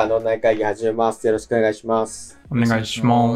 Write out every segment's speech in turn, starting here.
から脳内会議始めます。よろしくお願いします。 お願いします。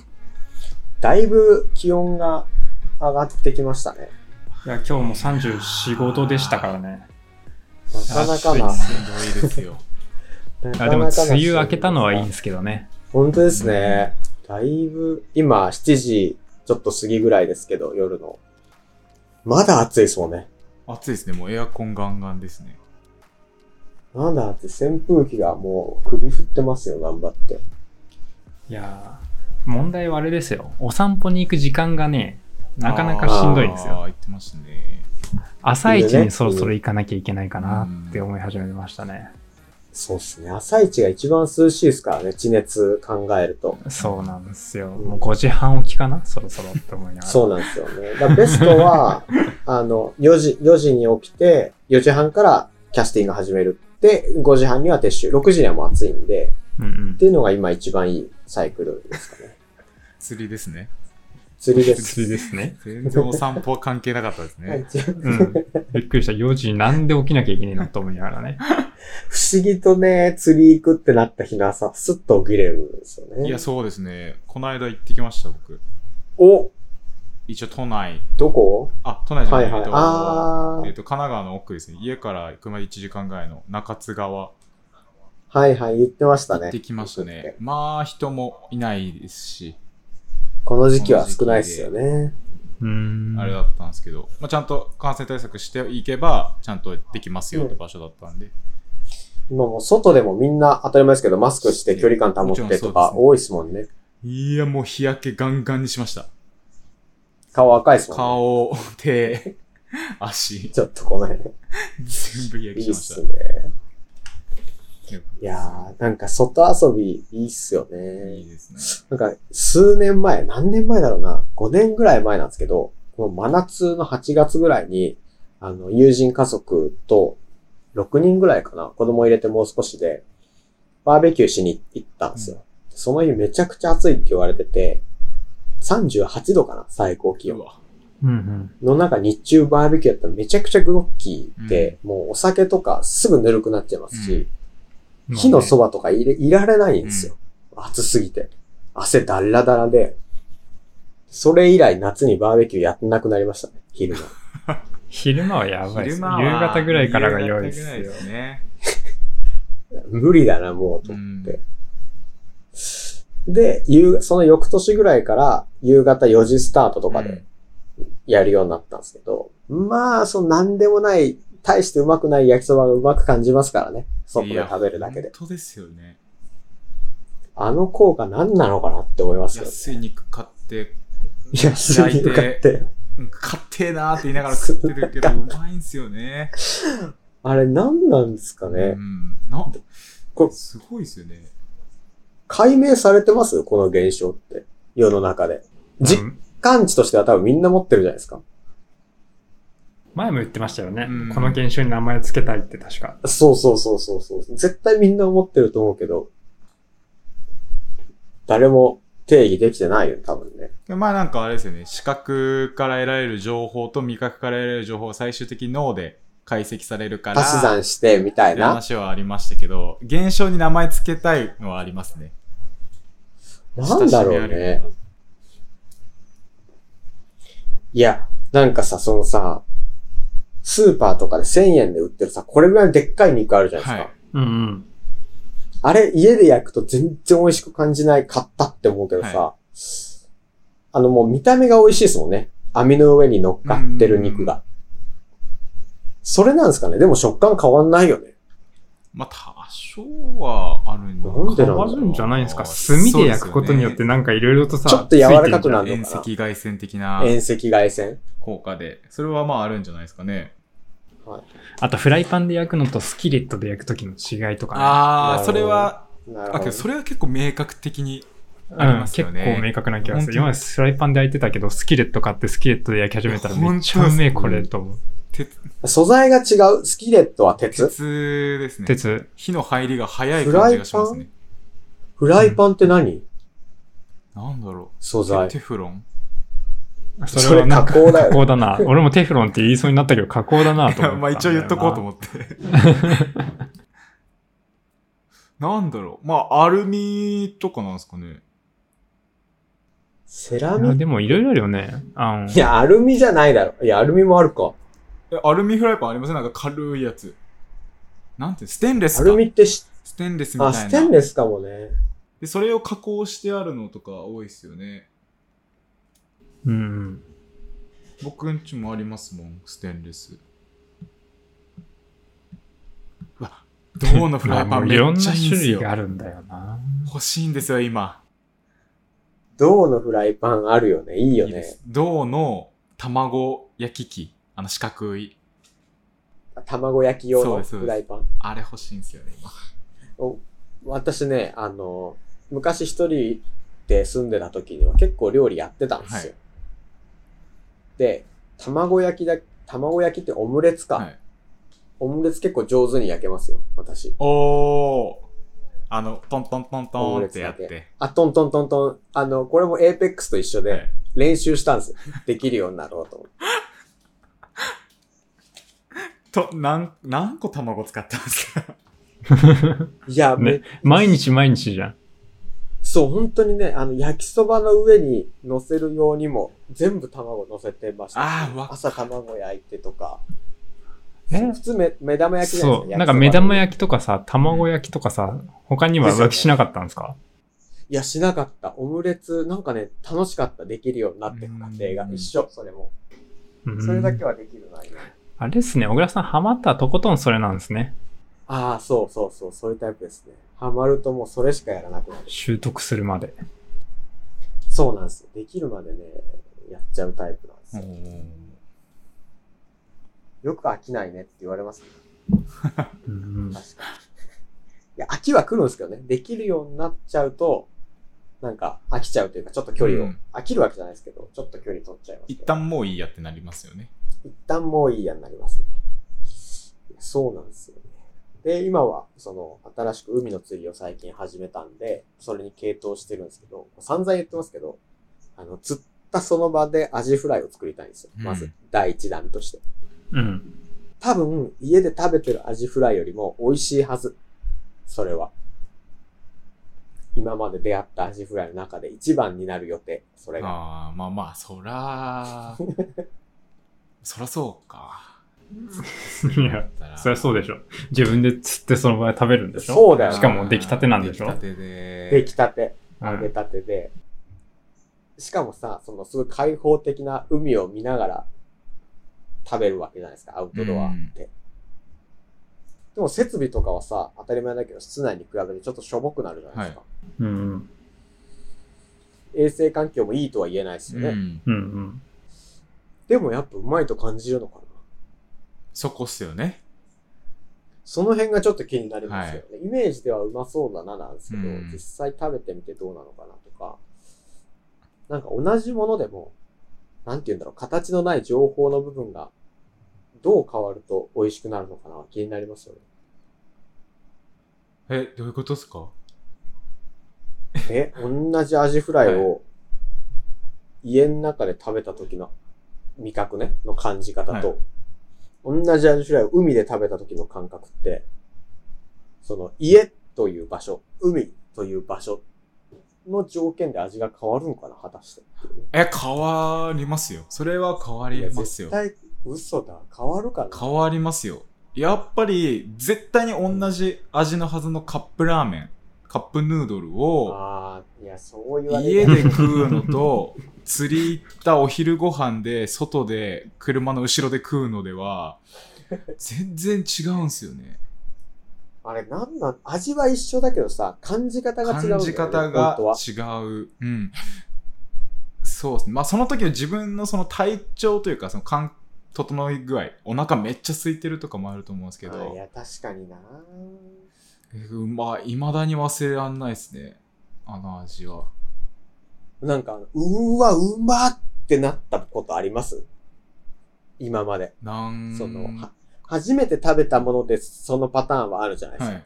だいぶ気温が上がってきましたね。 いや、今日も34、5度でしたからね。 なかなかな。 すごいですよ。 でも梅雨明けたのはいいんですけどね。 本当ですね。だいぶ、今7時ちょっと過ぎぐらいですけど、夜の。まだ暑いですもんね。 暑いですね。もうエアコンガンガンですね。 まだ暑い。扇風機がもう首振ってますよ、頑張って。 いやー、問題はあれですよ。お散歩に行く時間がね、なかなかしんどいんですよ。 言ってましたね。 朝一にそろそろ行かなきゃいけないかなって思い始めましたね。 そうですね。朝一が一番涼しいですからね、地熱考えると。 そうなんですよ。もう5時半起きかなそろそろって思いながら。 そうなんですよね。だからベストは、4時に起きて、4時半からキャスティング始める。で、5時半には撤収。6時にはもう暑いんで、っていうのが今一番いいサイクルですかね。 釣りですね。 釣りです。 釣りですね。 全然お散歩は関係なかったですね。 びっくりした。4時になんで起きなきゃいけないのと思いながらね。 不思議とね、釣り行くってなった日の朝、スッと起きれるんですよね。 いや、そうですね。この間行ってきました、僕。 お一応都内。 どこ？ 都内じゃない、 はいはい。 神奈川の奥ですね。家から行くまで1時間ぐらいの中津川。 はいはい、言ってましたね。 行ってきましたね。まあ、人もいないですし。 この時期は少ないですよね。 あれだったんですけど、ちゃんと感染対策していけば、ちゃんとできますよって場所だったんで。 今もう外でもみんな当たり前ですけど、マスクして距離感保ってとか多いですもんね。 いや、もう日焼けガンガンにしました。 顔赤いですもんね。 顔、手、足。 ちょっとごめん。 全部日焼けしました。 いいっすね。いやー、なんか外遊びいいっすよね。 いいですね。 なんか数年前、何年前だろうな、5年ぐらい前なんですけど、この真夏の8月ぐらいに、友人家族と6人ぐらいかな、子供入れてもう少しで、バーベキューしに行ったんですよ。その日めちゃくちゃ暑いって言われてて、38度かな、最高気温。の中日中バーベキューやったらめちゃくちゃグロッキーで、もうお酒とかすぐぬるくなっちゃいますし、火のそばとかいられないんですよ。暑すぎて。汗だらだらで。それ以来夏にバーベキューやってなくなりましたね、昼間。 昼間はやばいです。夕方ぐらいからが良いですよね。 無理だな、もう、と思って。で、その翌年ぐらいから夕方4時スタートとかでやるようになったんですけど、まあ、なんでもない、大してうまくない焼きそばがうまく感じますからね。外で食べるだけで。 本当ですよね。 あの効果何なのかなって思いますよね。 安い肉買って、 安い肉買って。 買ってーなーって言いながら食ってるけど、うまいんすよね。 あれ何なんですかね。 これすごいですよね。 解明されてますこの現象って。世の中で。実感値としては多分みんな持ってるじゃないですか。 前も言ってましたよね。この現象に名前つけたいって確か。 そう。絶対みんな思ってると思うけど、誰も定義できてないよ、多分ね。 なんかあれですよね。視覚から得られる情報と味覚から得られる情報を最終的に脳で解析されるから。 足し算してみたいな。 話はありましたけど、現象に名前つけたいのはありますね。 なんだろうね。いや、なんかさ、スーパーとかで1000円で売ってるさ、これぐらいのでっかい肉あるじゃないですか。あれ、家で焼くと全然美味しく感じないかったって思うけどさ、もう見た目が美味しいですもんね。網の上に乗っかってる肉が。それなんですかね。でも食感変わんないよね。 多少はあるんだ。 変わるんじゃないですか。炭で焼くことによってなんかいろいろとさ、 ちょっと柔らかくなるのかな。 遠赤外線的な。 遠赤外線効果で。それはあるんじゃないですかね。 はい。あとフライパンで焼くのとスキレットで焼くときの違いとかね。 それは、それは結構明確的にありますよね。 結構明確な気がする。今までフライパンで焼いてたけど、スキレット買ってスキレットで焼き始めたらめっちゃうめえこれと思う。 素材が違う。スキレットは鉄？ 鉄ですね。 鉄。 火の入りが早い感じがしますね。 フライパンって何？ なんだろう。 素材。 テフロン？ それ加工だよ。 加工だな。俺もテフロンって言いそうになったけど加工だなと思って。 一応言っとこうと思って。 なんだろう。まあ、アルミとかなんですかね。 セラミック。 でもいろいろあるよね。 いや、アルミじゃないだろ。いや、アルミもあるか。 アルミフライパンありません？なんか軽いやつ。なんて、ステンレスか。 アルミってステンレスみたいな。 ステンレスかもね。 で、それを加工してあるのとか多いですよね。 うん。 僕んちもありますもん、ステンレス。うわ、銅のフライパンめっちゃいいんですよ。 いろんな種類があるんだよな。 欲しいんですよ、今。 銅のフライパンあるよね。いいよね。 いいです。銅の卵焼き器。四角い。 卵焼き用のフライパン。 あれ欲しいんですよね、今。 私ね、昔一人で住んでた時には結構料理やってたんですよ。はい、で、卵焼きってオムレツか。はい、オムレツ結構上手に焼けますよ、私。 トントントントンってやって。 トントントントン。これもエーペックスと一緒で練習したんですよ。できるようになろうと思って。 何個卵使ったんですか？ いや、 ね、毎日じゃん。 そう、本当にね、焼きそばの上に乗せるようにも、全部卵乗せてました、朝卵焼いてとか。普通目玉焼きじゃないですか。 そう。なんか目玉焼きとかさ、卵焼きとかさ、他には浮気しなかったんですか？ いや、しなかった。オムレツ、なんかね、楽しかった。できるようになっていく過程が一緒、それも。それだけはできるないね。 あれですね、小倉さんハマったらとことんそれなんですね。 ああ、そういうタイプですね。ハマるともうそれしかやらなくなる。 習得するまで。 そうなんですよ。できるまでね、やっちゃうタイプなんですよ。よく飽きないねって言われますね。確かに。いや、飽きは来るんですけどね。できるようになっちゃうと、なんか飽きちゃうというか、ちょっと距離を、飽きるわけじゃないですけど、ちょっと距離取っちゃいます、ね。 一旦もういいやってなりますよね。 一旦もういいやになりますね。そうなんですよね。で、今は、新しく海の釣りを最近始めたんで、それに傾倒してるんですけど、散々言ってますけど、釣ったその場でアジフライを作りたいんですよ。まず、第一弾として。 うん。 多分、家で食べてるアジフライよりも美味しいはず。それは。今まで出会ったアジフライの中で一番になる予定。それが。 まあ、そらそうか。 いや、そりゃそうでしょ。自分で釣ってその場で食べるんでしょ。 そうだよ。 しかも出来たてなんでしょ。 出来たて。揚げたてで。しかもさ、すごい開放的な海を見ながら食べるわけじゃないですか、アウトドアって。でも設備とかはさ、当たり前だけど、室内に比べてちょっとしょぼくなるじゃないですか。衛生環境もいいとは言えないですよね。でもやっぱうまいと感じるのかな。 そこっすよね。 その辺がちょっと気になりますよね。イメージではうまそうだななんですけど、実際食べてみてどうなのかなとか。なんか同じものでも、なんて言うんだろう、形のない情報の部分がどう変わると美味しくなるのかな気になりますよね。どういうことですか？ 同じアジフライを家の中で食べた時の味覚ね、の感じ方と、同じアジフライを海で食べた時の感覚って、家という場所、海という場所の条件で味が変わるのかな果たして。 変わりますよ。それは変わりますよ。 絶対嘘だ。変わるかな？ 変わりますよ。やっぱり、絶対に同じ味のはずのカップラーメン、カップヌードルを、家で食うのと、釣り行ったお昼ご飯で、外で、車の後ろで食うのでは、全然違うんすよね。 あれ、味は一緒だけどさ、感じ方が違うんだよね。 感じ方が違う。うん。そうですね。まあ、その時の自分のその体調というか、整い具合、お腹めっちゃ空いてるとかもあると思うんですけど。 いや、確かにな。 まあ、未だに忘れらんないですね。あの味は。 なんか、うわ、うまってなったことあります？今まで。初めて食べたものでそのパターンはあるじゃないですか。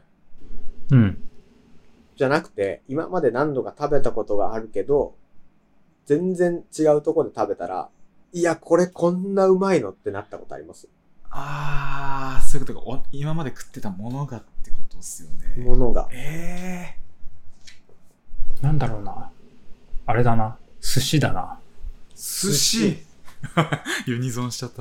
じゃなくて、今まで何度か食べたことがあるけど、全然違うところで食べたら、いや、これこんなうまいのってなったことあります？ そういうことか。今まで食ってたものがってことっすよね。 ものが。 なんだろうな。あれだな。寿司だな。 寿司ユニゾンしちゃった。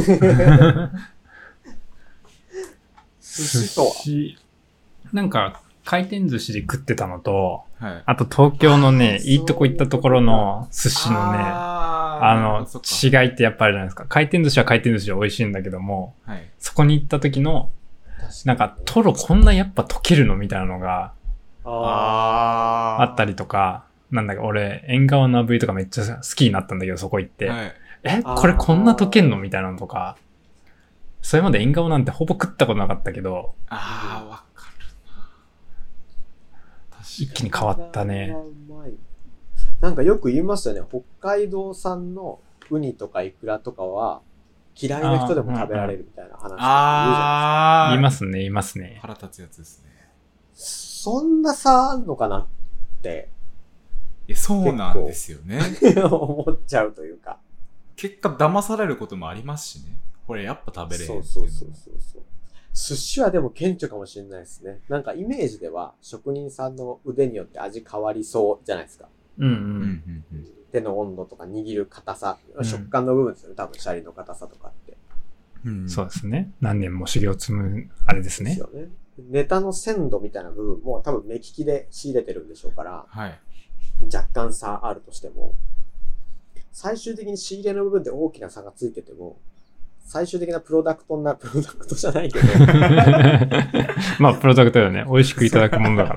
寿司とはなんか、回転寿司で食ってたのと、 はい、 あと東京のね、いいとこ行ったところの寿司のね、違いってやっぱりあるじゃないですか。回転寿司は回転寿司で美味しいんだけども、 はい、 そこに行った時の、なんか、トロこんなやっぱ溶けるのみたいなのが、あったりとか、なんだか俺、縁側の炙りとかめっちゃ好きになったんだけど、そこ行って。はい、これこんな溶けんのみたいなのとか、それまで縁側なんてほぼ食ったことなかったけど、 わかるな。 一気に変わったね。 なんかよく言いますよね。北海道産のウニとかイクラとかは嫌いな人でも食べられるみたいな話とか言うじゃないですか。 言いますね。 腹立つやつですね。 そんな差あんのかなって。 そうなんですよね。 思っちゃうというか。 結果騙されることもありますしね。これやっぱ食べれへんっていうの。 そう。寿司はでも顕著かもしれないですね。なんかイメージでは職人さんの腕によって味変わりそうじゃないですか。手の温度とか握る硬さ、食感の部分ですよね。多分シャリの硬さとかって。 そうですね。何年も修行を積むあれですね。 ですよね。ネタの鮮度みたいな部分も多分目利きで仕入れてるんでしょうから、 はい、 若干差あるとしても、最終的に仕入れの部分で大きな差がついてても、最終的なプロダクトじゃないけど。 まあ、プロダクトだよね。美味しくいただくものだから。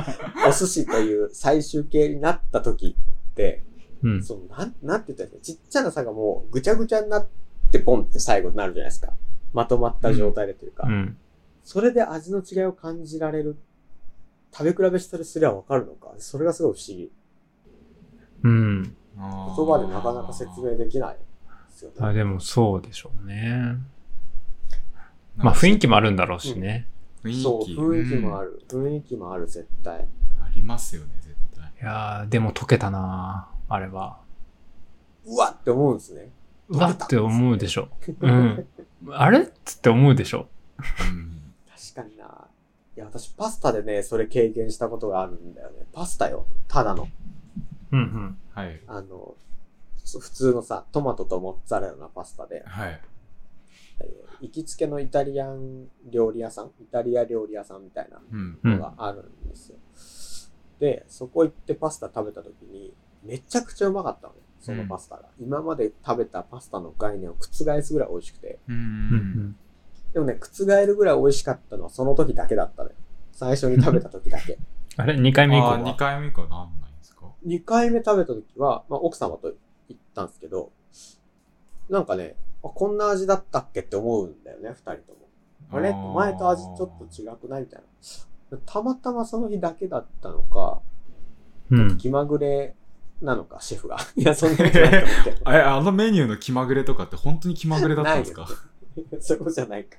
お寿司という最終形になった時って、なんて言ったらいいんですか、ちっちゃな差がもうぐちゃぐちゃになってポンって最後になるじゃないですか。まとまった状態でというか。それで味の違いを感じられる。食べ比べしたりすればわかるのか。それがすごい不思議。言葉でなかなか説明できない。 でもそうでしょうね。まあ雰囲気もあるんだろうしね。 雰囲気もある。雰囲気もある、絶対。 ありますよね、絶対。 いやー、でも溶けたなぁ、あれは。 うわって思うんですね。 うわって思うでしょ。あれって思うでしょ。 確かにな。いや、私パスタでね、それ経験したことがあるんだよね。パスタよ。ただの。 はい。 普通のさ、トマトとモッツァレラのパスタで、 はい。 行きつけのイタリア料理屋さんみたいなのがあるんですよ。で、そこ行ってパスタ食べた時に、めちゃくちゃうまかったのね、そのパスタが。今まで食べたパスタの概念を覆すぐらい美味しくて。でもね、覆るぐらい美味しかったのはその時だけだったのよ。最初に食べた時だけ。 あれ ?2 回目以降は 2回目以降はなんないんですか ?2 回目食べた時は、まあ、奥様と行ったんですけど、なんかね、こんな味だったっけって思うんだよね、二人とも。あれ前と味ちょっと違くないみたいな。たまたまその日だけだったのか、ちょっと気まぐれなのか、シェフが。いや、そんなことないと思うけど。 あのメニューの気まぐれとかって本当に気まぐれだったんですかそういうことじゃないか。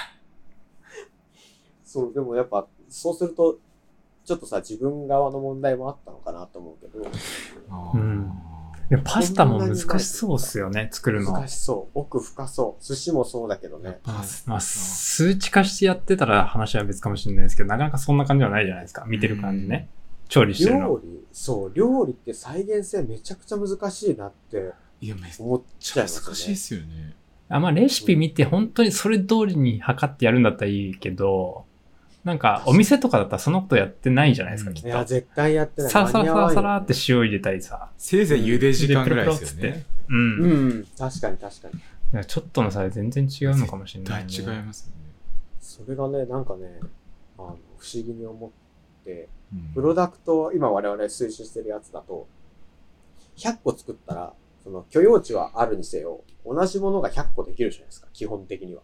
そう、でもやっぱ、そうすると、ちょっとさ、自分側の問題もあったのかなと思うけど。 いやパスタも難しそうっすよね、作るの。 難しそう。奥深そう。寿司もそうだけどね。 まあ、数値化してやってたら話は別かもしれないですけど、なかなかそんな感じはないじゃないですか。見てる感じね。調理してるの。 料理って再現性めちゃくちゃ難しいなって思っちゃいますよね。 難しいですよね。 まあレシピ見て本当にそれ通りに測ってやるんだったらいいけど、なんかお店とかだったらそのことやってないじゃないですか、きっと。 いや、絶対やってない。 サラサラサラサラって塩入れたりさ。 せいぜい茹で時間ぐらいですよね。 確かに。 いやちょっとの差で全然違うのかもしれない、ね。 絶対違いますよね。 それがね、なんかね、不思議に思って、プロダクト、今我々推進してるやつだと、100個作ったら、その許容値はあるにせよ、同じものが100個できるじゃないですか、基本的には。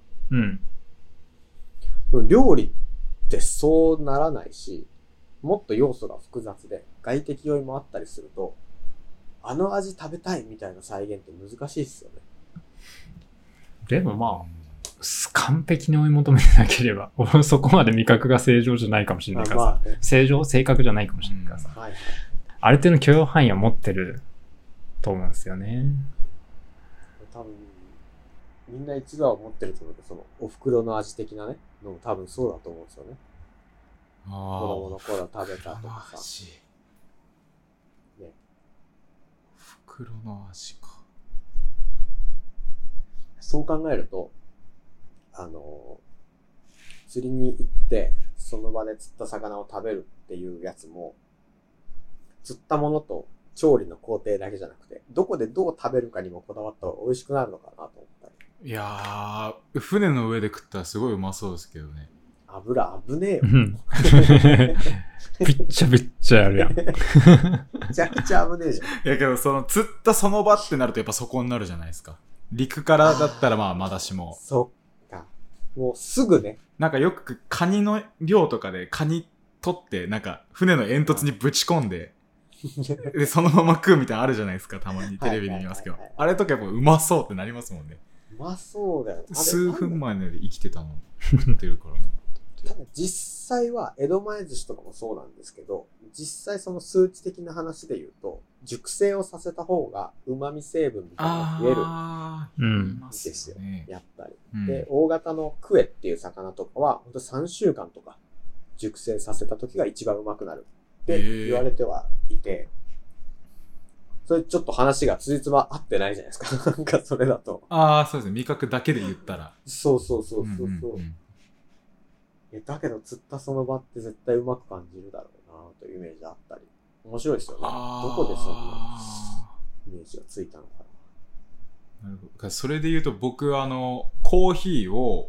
料理ってそうならないし、もっと要素が複雑で、外的要因もあったりすると、あの味食べたいみたいな再現って難しいっすよね。 でもまあ、完璧に追い求めてなければ、そこまで味覚が正常じゃないかもしれないからさ、正確じゃないかもしれないからさ、ある程度の許容範囲は持ってると思うんですよね。 多分、 みんな一度は思ってると思うけど、そのお袋の味的なね、のも多分そうだと思うんですよね。子供の頃食べたとかさ。ね。 お袋の味か。 そう考えると、釣りに行って、その場で釣った魚を食べるっていうやつも、釣ったものと調理の工程だけじゃなくて、どこでどう食べるかにもこだわった方が美味しくなるのかなと思ったり。 いやー、船の上で食ったらすごいうまそうですけどね。 油危ねえよ。 びっちゃびっちゃあるやん。 めちゃくちゃ危ねえじゃん。 いやけど、その釣ったその場ってなるとやっぱそこになるじゃないですか。陸からだったらまあまだしも。 そっか。もうすぐね。 なんかよくカニの漁とかでカニ取って、なんか船の煙突にぶち込んで、で、そのまま食うみたいなのあるじゃないですか、たまにテレビで見ますけど。あれとかやっぱうまそうってなりますもんね。 うまそうだよね。 数分前ので生きてたの食ってるからね。 ただ実際は江戸前寿司とかもそうなんですけど、実際その数値的な話で言うと、熟成をさせた方が旨味成分みたいなのが増えるんですよ。やっぱり。で、大型のクエっていう魚とかは、ほんと3週間とか熟成させた時が一番うまくなるって言われてはいて、それちょっと話が辻褄合ってないじゃないですか。なんかそれだと。 そうですね。味覚だけで言ったら。 そう。だけど釣ったその場って絶対うまく感じるだろうなというイメージあったり。面白いですよね。どこでそんなイメージがついたのかな。なるほど。それで言うと僕コーヒーを、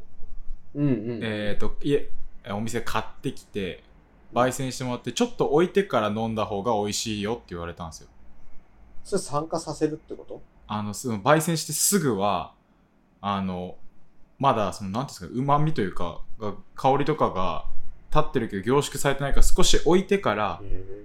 お店買ってきて、焙煎してもらって、ちょっと置いてから飲んだ方が美味しいよって言われたんですよ。 それ酸化させるってこと？ その焙煎してすぐは、まだなんていうんですか、旨味というか、香りとかが立ってるけど凝縮されてないから少し置いてから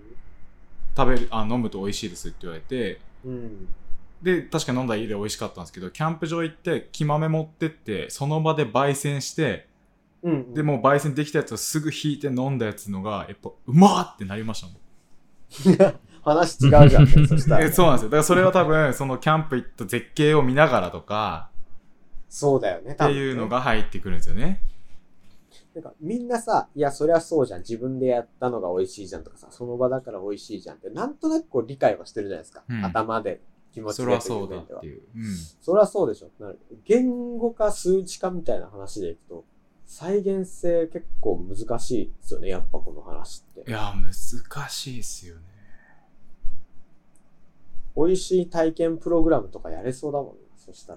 飲むと美味しいですって言われて、で、確か飲んだ家で美味しかったんですけど、キャンプ場行って木豆持ってって、その場で焙煎して、で、もう焙煎できたやつをすぐ引いて飲んだやつのが、やっぱ、うまーってなりましたもん。 話違うじゃん、ね、そしたら。 そうなんですよ。だからそれは多分、そのキャンプ行った絶景を見ながらとか、 そうだよね、 多分。っていうのが入ってくるんですよね。 なんかみんなさ、いや、そりゃそうじゃん。自分でやったのが美味しいじゃんとかさ、その場だから美味しいじゃんって、なんとなくこう理解はしてるじゃないですか。頭で、気持ちで。 そりゃそうだっていう。 そりゃそうでしょ。言語化、数値化みたいな話でいくと、再現性結構難しいですよね、やっぱこの話って。 いや、難しいですよね。 美味しい体験プログラムとかやれそうだもんね、そしたら。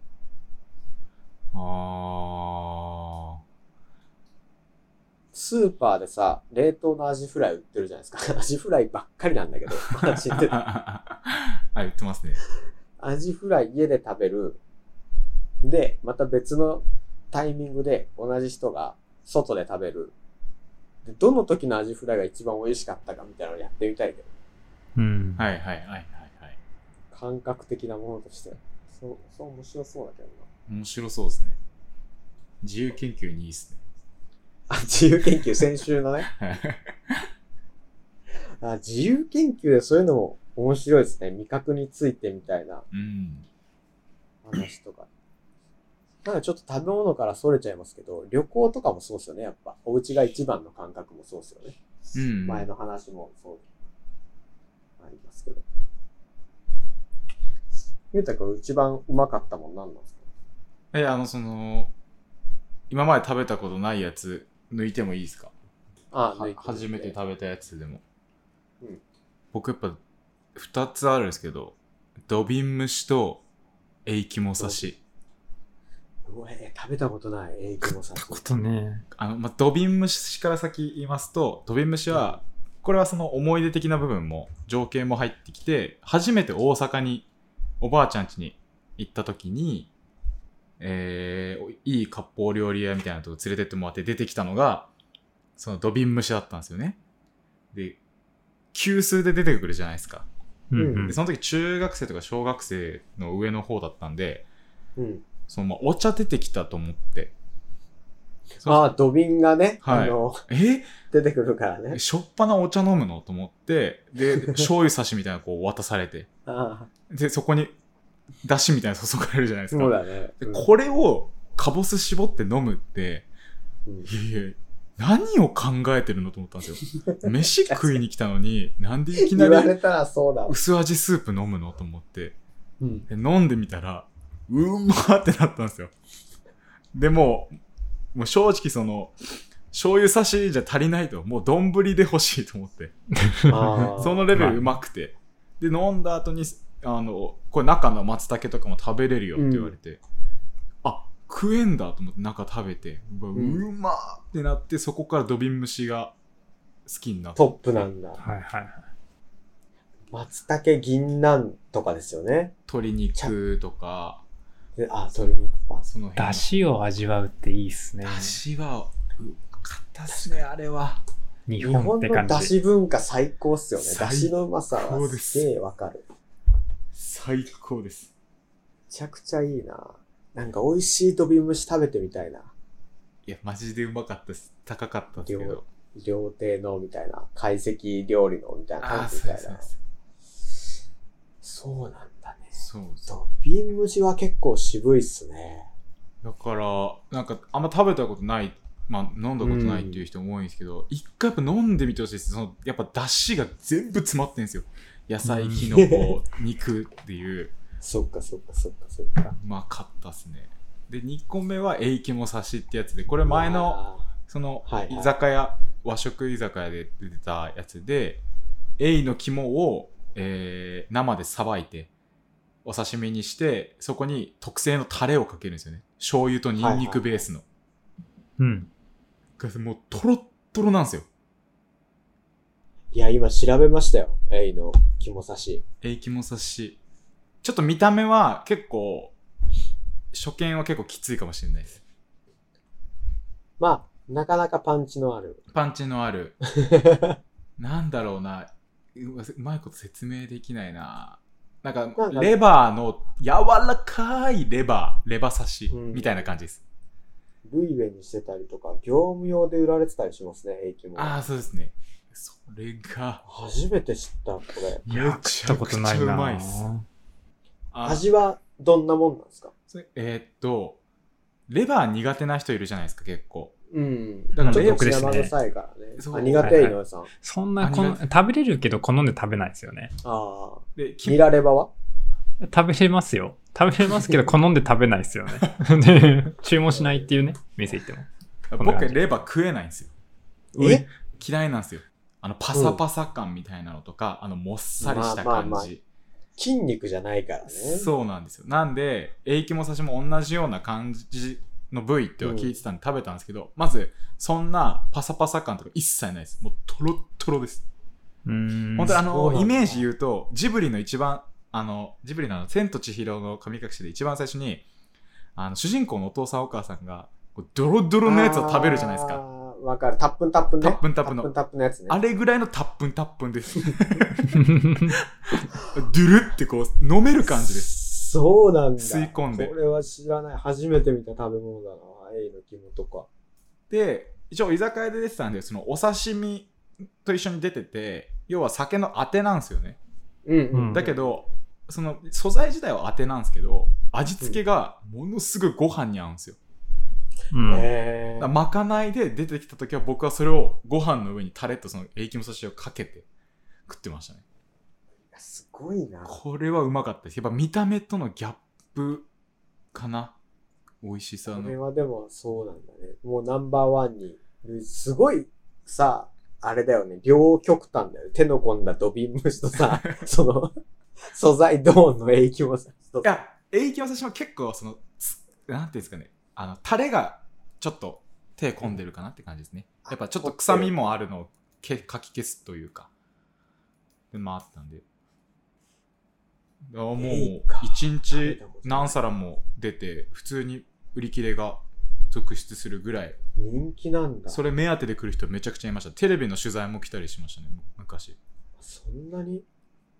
スーパーでさ、冷凍のアジフライ売ってるじゃないですか。アジフライばっかりなんだけど、知ってた。 売ってますね。 アジフライ家で食べる。で、また別のタイミングで同じ人が外で食べる。で、どの時のアジフライが一番美味しかったかみたいなのをやってみたいけど。 はい。 感覚的なものとして。そう面白そうだけどな。 面白そうですね。自由研究にいいですね。 自由研究、先週のね。自由研究でそういうのも面白いですね。味覚についてみたいな話とか。なんかちょっと食べ物からそれちゃいますけど、旅行とかもそうですよね、やっぱ。お家が一番の感覚もそうですよね。前の話もそうありますけど。ゆうたくん一番うまかったもん何なんですか？ 今まで食べたことないやつ抜いてもいいですか？初めて食べたやつでも。僕やっぱ2つあるんですけど、土瓶蒸しとエイキモ刺し。 食べたことない、エイキモ刺し。 食べたことね。 土瓶蒸しから先言いますと、土瓶蒸しは、これはその思い出的な部分も、情景も入ってきて、初めて大阪におばあちゃん家に行った時に、いい割烹料理屋みたいなとこ連れてってもらって出てきたのが、その土瓶蒸しだったんですよね。で、急須で出てくるじゃないですか。でその時中学生とか小学生の上の方だったんで、お茶出てきたと思って。 土瓶がね、出てくるからね。 しょっぱなお茶飲むのと思って、で、醤油差しみたいな渡されて。で、そこに出汁みたいな注がれるじゃないですか。 そうだね。 でこれをカボス絞って飲むって、いやいや、何を考えてるのと思ったんですよ。飯食いに来たのに、なんでいきなり薄味スープ飲むのと思って、で飲んでみたら、うまーってなったんですよ。でもう正直その、醤油差しじゃ足りないと、もう丼で欲しいと思って。そのレベルうまくて。で、飲んだ後に、これ中の松茸とかも食べれるよって言われて、あ、食えんだと思って中食べて、うまーってなって、そこから土瓶蒸しが好きになった。 トップなんだ。 はいはいはい。 松茸銀杏とかですよね。 鶏肉とか。 鶏肉か。 その辺。出汁を味わうっていいっすね。 出汁は、うまかったっすね、あれは。 日本って感じ。 出汁文化最高っすよね。出汁のうまさはすげえわかる。 最高です。 めちゃくちゃいいな。なんか美味しい土瓶蒸し食べてみたいな。 いや、マジでうまかったです。高かったですけど。 料亭のみたいな、懐石料理のみたいな感じみたいな。そうなんだね。そう。土瓶蒸しは結構渋いっすね。 だから、なんかあんま食べたことない、まあ飲んだことないっていう人も多いんですけど、一回やっぱ飲んでみてほしいです。やっぱ出汁が全部詰まってんですよ。野菜、キノコ、肉っていう。 そっか。うまかったっすね。で、2個目はエイキモ刺しってやつで、これ前の、居酒屋、和食居酒屋で出てたやつで、エイの肝を、生でさばいて、お刺身にして、そこに特製のタレをかけるんですよね。醤油とニンニクベースの。もうトロットロなんですよ。 いや、今調べましたよ。エイの肝刺し。 エイ肝刺し。ちょっと見た目は結構、初見は結構きついかもしれないです。 まあ、なかなかパンチのある。 なんだろうな。うまいこと説明できないな。なんかレバーの柔らかいレバ刺しみたいな感じです。 ルイベにしてたりとか、業務用で売られてたりしますね、エイキも。 ああ、そうですね。それが。 初めて知った、これ。 いや、食ったことないな。 うまいっす。 味はどんなもんなんですか？ レバー苦手な人いるじゃないですか、結構。 だからちょっと生臭いからね。苦手、井上さん。 そんな食べれるけど好んで食べないですよね。 で、ニラレバは食べれますよ。食べれますけど好んで食べないですよね。で、注文しないっていうね、店行っても。 僕レバー食えないんですよ。嫌いなんですよ。パサパサ感みたいなのとか、もっさりした感じ。 筋肉じゃないからね。 そうなんですよ。なんで、エイキも刺しも同じような感じの部位っては聞いてたんで食べたんですけど、まず、そんなパサパサ感とか一切ないです。もうトロットロです。本当にイメージ言うと、ジブリの一番、ジブリの千と千尋の神隠しで一番最初に、主人公のお父さんお母さんが、ドロドロのやつを食べるじゃないですか。 わかる。タップンタップンね。 タップンタップンの。 タップンタップンのやつね。 あれぐらいのタップンタップンです。ドゥルってこう、飲める感じです。 そうなんだ。 吸い込んで。 これは知らない。初めて見た食べ物だな。エイの肝とか。 で、一応居酒屋で出てたんで、そのお刺身と一緒に出てて、要は酒のあてなんですよね。だけど、その素材自体はあてなんですけど、味付けがものすごいご飯に合うんですよ。まかないで出てきた時は僕はそれをご飯の上にタレとそのエイキム刺しをかけて食ってましたね。 すごいな。 これはうまかったです。やっぱ見た目とのギャップかな。美味しさの。 これはでもそうなんだね。もうナンバーワンに。すごいさ、あれだよね。両極端だよね。手の込んだ土瓶蒸しとさ、その、素材ドーンのエイキム刺しと。 いや、エイキム刺しも結構その、なんていうんですかね。タレがちょっと手込んでるかなって感じですね。やっぱちょっと臭みもあるのをかき消すというか。で、あったんで。もう、一日何皿も出て、普通に売り切れが続出するぐらい。 人気なんだ。 それ目当てで来る人めちゃくちゃいました。テレビの取材も来たりしましたね、昔。 そんなに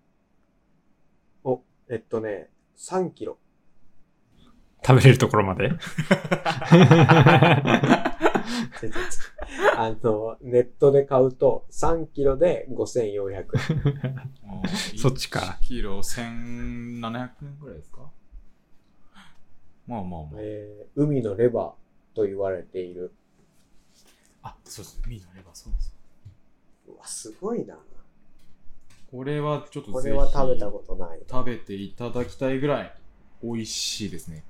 3キロ。 食べれるところまでネットで買うと3キロで5400円。 そっちか。 1キロ1700円ぐらいですか？ まあまあまあ。 海のレバーと言われている。 あ、そうです。海のレバー、そうです。 うわ、すごいな。 これはちょっとこれは食べたことない。 食べていただきたいぐらい美味しいですね。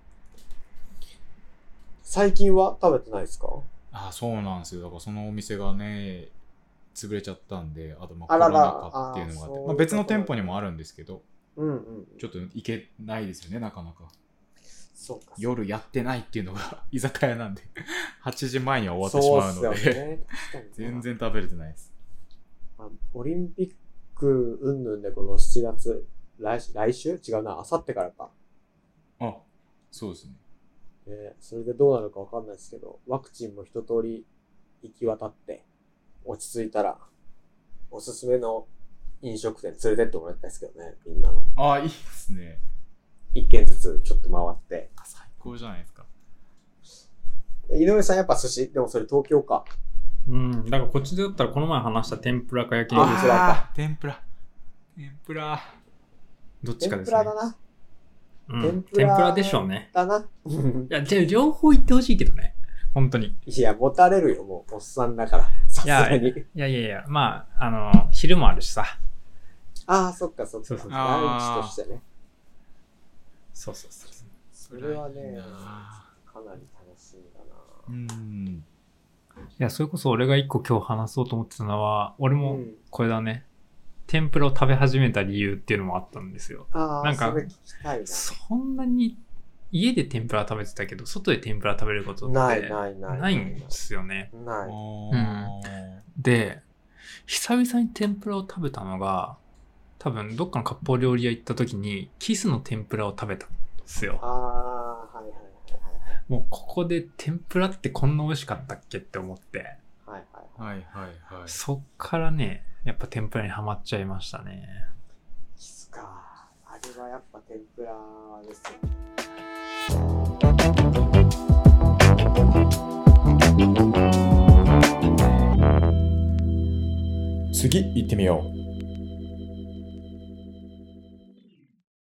最近は食べてないですか？ あ、そうなんですよ。だからそのお店がね、潰れちゃったんで、あとまああららコロナ禍っていうのがあって、まあ、別の店舗にもあるんですけど、 うんうん、 ちょっと行けないですよね、なかなか。 そうか。 夜やってないっていうのが居酒屋なんで8時前には終わってしまうので、 ね、 全然食べれてないです。 オリンピック云々でこの7月、来週違うな、明後日からか。 あ、そうですね。 それでどうなるかわかんないですけど、ワクチンも一通り行き渡って、落ち着いたら、おすすめの飲食店連れてってもらいたいですけどね、みんなの。 ああ、いいですね。 一軒ずつちょっと回って。 最高じゃないですか。 井上さんやっぱ寿司、でもそれ東京か。 うん、だからこっちでだったらこの前話した天ぷらか焼き肉。 天ぷら。天ぷら。 どっちかですね。 天ぷらだな。 天ぷらでしょうね。 だな。いや、じゃあ両方言ってほしいけどね。本当に。 いや、もたれるよ、もう、おっさんだから。さすがに。 いや、まあ、昼もあるしさ。 ああ、そっか。 そうランチとしてね。 そう。 それはね、かなり楽しみだな。 いや、それこそ俺が一個今日話そうと思ってたのは、俺もこれだね。天ぷらを食べ始めた理由っていうのもあったんですよ。なんか、そんなに家で天ぷら食べてたけど、外で天ぷら食べることってないんですよね。 ない。 で、久々に天ぷらを食べたのが、多分どっかの割烹料理屋行った時に、キスの天ぷらを食べたんですよ。もうここで天ぷらってこんな美味しかったっけって思って。そっからね、やっぱ天ぷらにハマっちゃいましたね。 キスか。あれはやっぱ天ぷらですよ。 次行ってみよう。